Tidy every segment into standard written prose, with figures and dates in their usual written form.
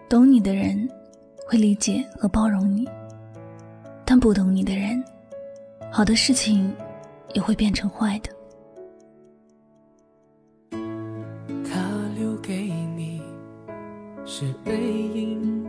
懂你的人会理解和包容你，但不懂你的人，好的事情也会变成坏的。 他留给你是背影，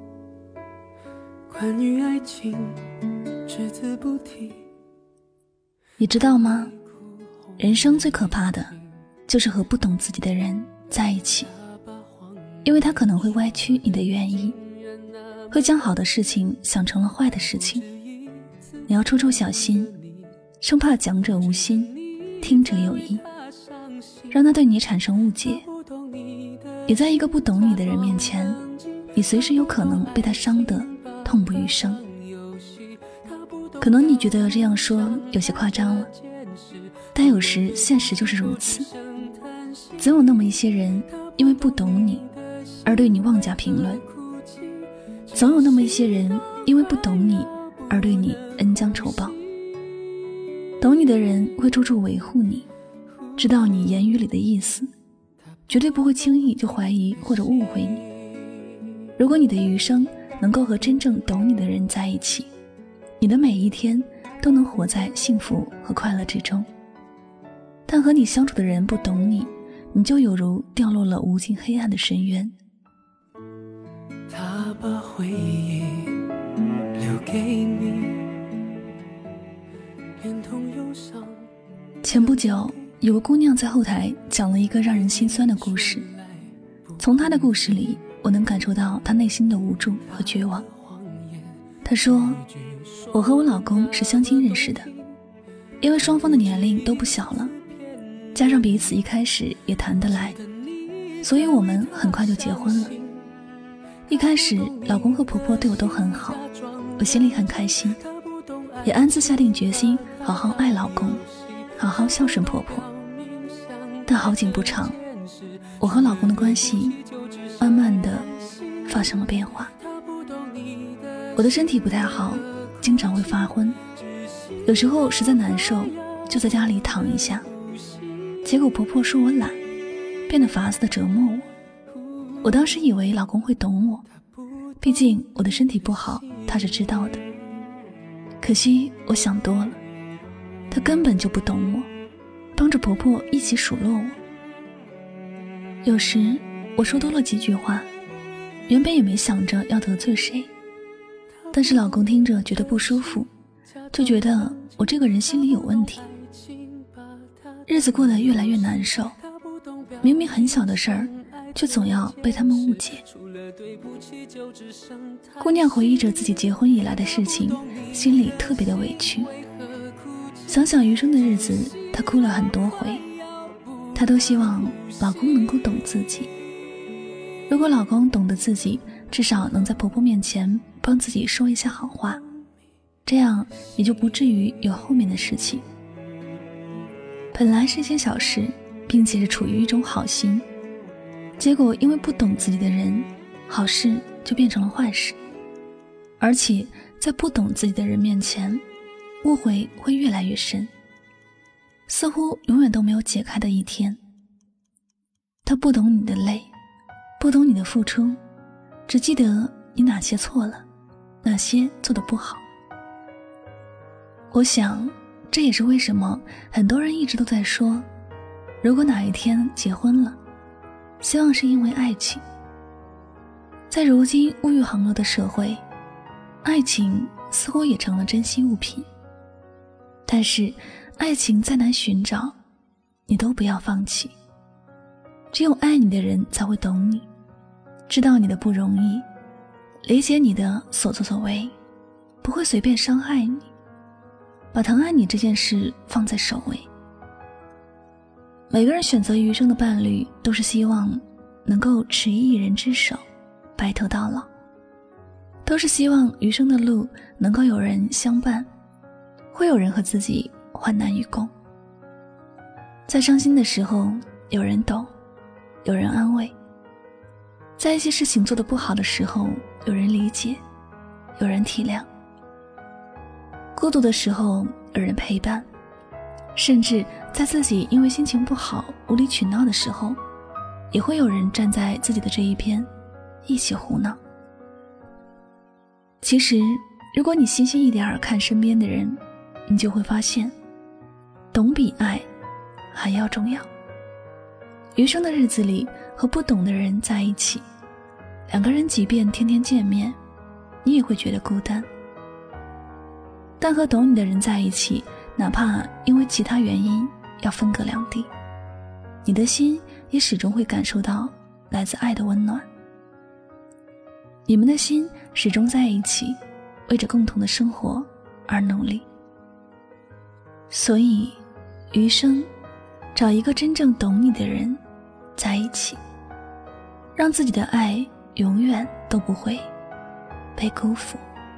关于爱情只字不提。 你知道吗？人生最可怕的就是和不懂自己的人在一起，因为他可能会歪曲你的原意，会将好的事情想成了坏的事情。你要处处小心，生怕讲者无心，听者有意，让他对你产生误解。你在一个不懂你的人面前，你随时有可能被他伤得痛不欲生。可能你觉得这样说有些夸张了，但有时现实就是如此。总有那么一些人因为不懂你而对你妄加评论，总有那么一些人因为不懂你而对你恩将仇报。懂你的人会处处维护你，知道你言语里的意思，绝对不会轻易就怀疑或者误会你。如果你的余生能够和真正懂你的人在一起，你的每一天都能活在幸福和快乐之中。但和你相处的人不懂你，你就有如掉落了无尽黑暗的深渊。 他把回忆留给你，连同忧伤。 前不久有个姑娘在后台讲了一个让人心酸的故事，从她的故事里我能感受到她内心的无助和绝望。她说，我和我老公是相亲认识的，因为双方的年龄都不小了，加上彼此一开始也谈得来，所以我们很快就结婚了。一开始老公和婆婆对我都很好，我心里很开心，也暗自下定决心好好爱老公，好好孝顺婆婆。但好景不长，我和老公的关系慢慢的发生了变化。我的身体不太好，经常会发昏，有时候实在难受就在家里躺一下，结果婆婆说我懒，变得法子的折磨我。我当时以为老公会懂我，毕竟我的身体不好他是知道的。可惜我想多了，他根本就不懂我，帮着婆婆一起数落我。有时我说多了几句话，原本也没想着要得罪谁，但是老公听着觉得不舒服，就觉得我这个人心里有问题。日子过得越来越难受，明明很小的事儿，却总要被他们误解。姑娘回忆着自己结婚以来的事情，心里特别的委屈。想想余生的日子，她哭了很多回。她都希望老公能够懂自己，如果老公懂得自己，至少能在婆婆面前帮自己说一下好话，这样也就不至于有后面的事情。本来是一件小事，并且是处于一种好心，结果因为不懂自己的人，好事就变成了坏事。而且在不懂自己的人面前，误会会越来越深，似乎永远都没有解开的一天。他不懂你的累，不懂你的付出，只记得你哪些错了，哪些做得不好。我想这也是为什么很多人一直都在说，如果哪一天结婚了，希望是因为爱情。在如今物欲横流的社会，爱情似乎也成了珍稀物品。但是爱情再难寻找，你都不要放弃。只有爱你的人才会懂你，知道你的不容易，理解你的所作所为，不会随便伤害你，把疼爱你这件事放在首位。每个人选择余生的伴侣，都是希望能够持一人之手，白头到老，都是希望余生的路能够有人相伴，会有人和自己患难与共。在伤心的时候有人懂，有人安慰，在一些事情做得不好的时候有人理解，有人体谅，孤独的时候有人陪伴，甚至在自己因为心情不好无理取闹的时候，也会有人站在自己的这一边， 一起胡闹。其实如果你细心一点看身边的人，你就会发现懂比爱还要重要。余生的日子里，和不懂的人在一起，两个人即便天天见面，你也会觉得孤单。但和懂你的人在一起，哪怕因为其他原因要分隔两地，你的心也始终会感受到来自爱的温暖。你们的心始终在一起，为着共同的生活而努力。所以余生找一个真正懂你的人在一起，让自己的爱永远都不会被辜负。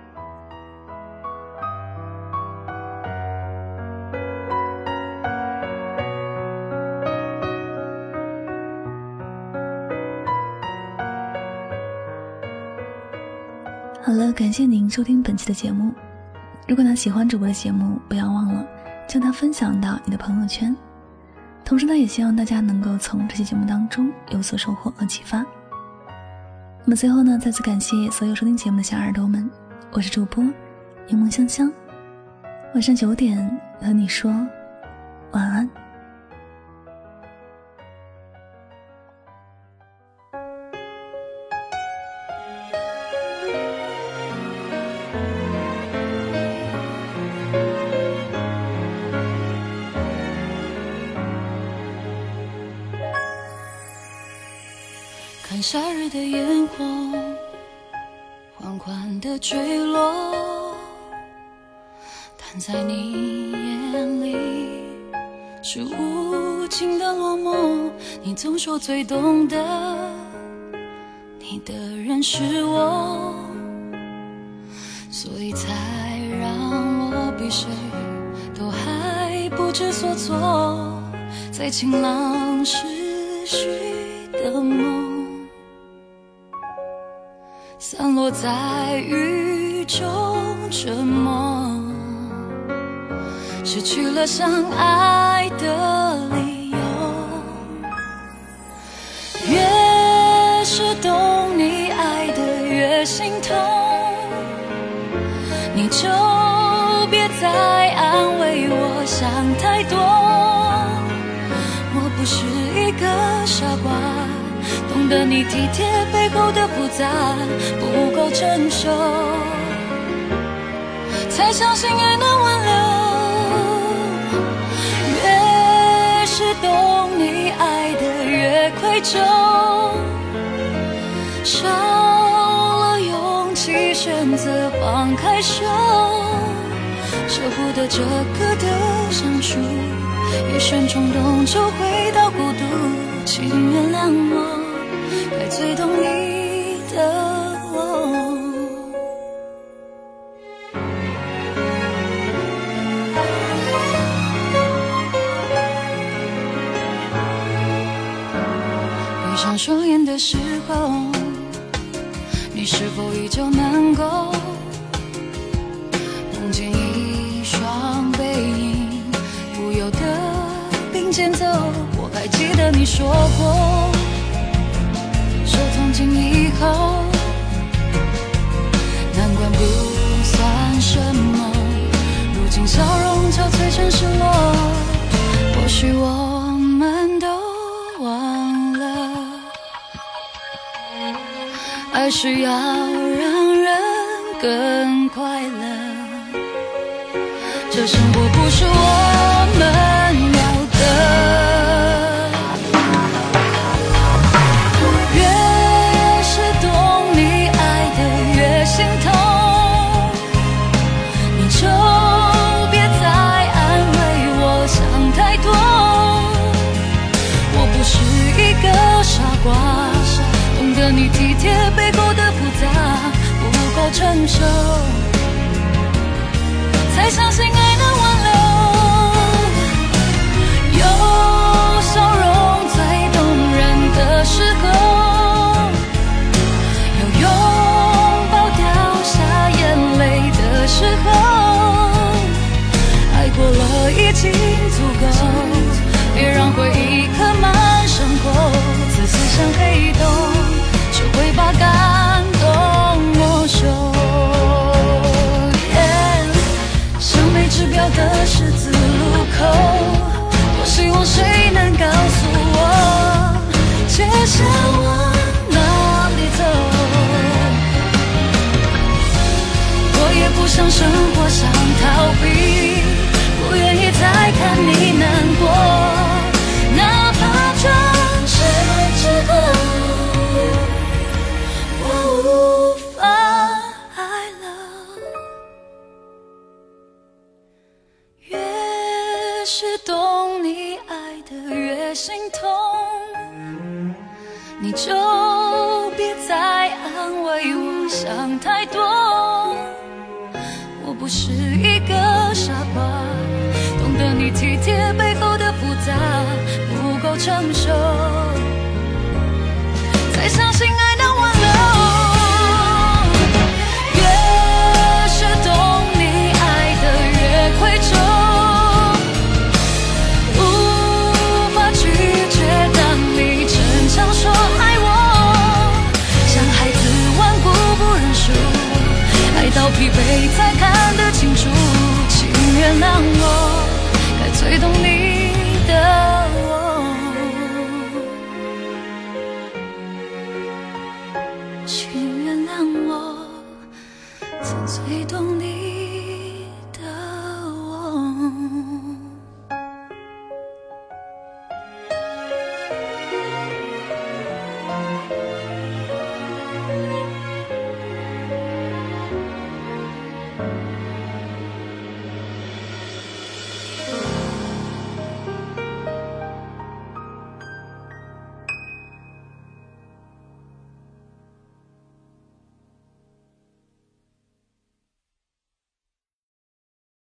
好了，感谢您收听本期的节目。如果喜欢主播的节目，不要忘了将它分享到你的朋友圈。同时也希望大家能够从这期节目当中有所收获和启发。那么最后再次感谢所有收听节目的小耳朵们，我是主播柠檬香香，晚上9点和你说晚安。 看夏日的烟火缓缓地坠落，但在你眼里是无尽的落寞。你总说最懂得你的人是我，所以才让我比谁都还不知所措。在晴朗逝去的梦，散落在雨中沉默，失去了相爱的理由。越是懂你爱的越心痛，你就别再安慰我想太多。我不是一个傻瓜，懂得你体贴背后的复杂，不够成熟，才相信爱能挽留。越是懂你爱的越愧疚，少了勇气选择放开手，舍不得这个的相处，一瞬冲动就回到孤独。请原谅我该最懂你的我。闭上双眼的时候，你是否依旧能够梦见一双背影不由得并肩走？我还记得你说过，手从今以后难关不算什么，如今笑容憔悴成失落。或许我们都忘了，爱是要让人更快乐，这生活不是我们要的。懂得你体贴背后的复杂，不够成熟，才相信爱能挽留。有笑容最动人的时候，有拥抱掉下眼泪的时候，爱过了已经足够，别让回忆刻满伤口。自私像黑洞，只会把越是懂你爱的越心痛，你就别再安慰我想太多。我不是一个傻瓜，懂得你体贴背后的复杂，不够成熟，才相信爱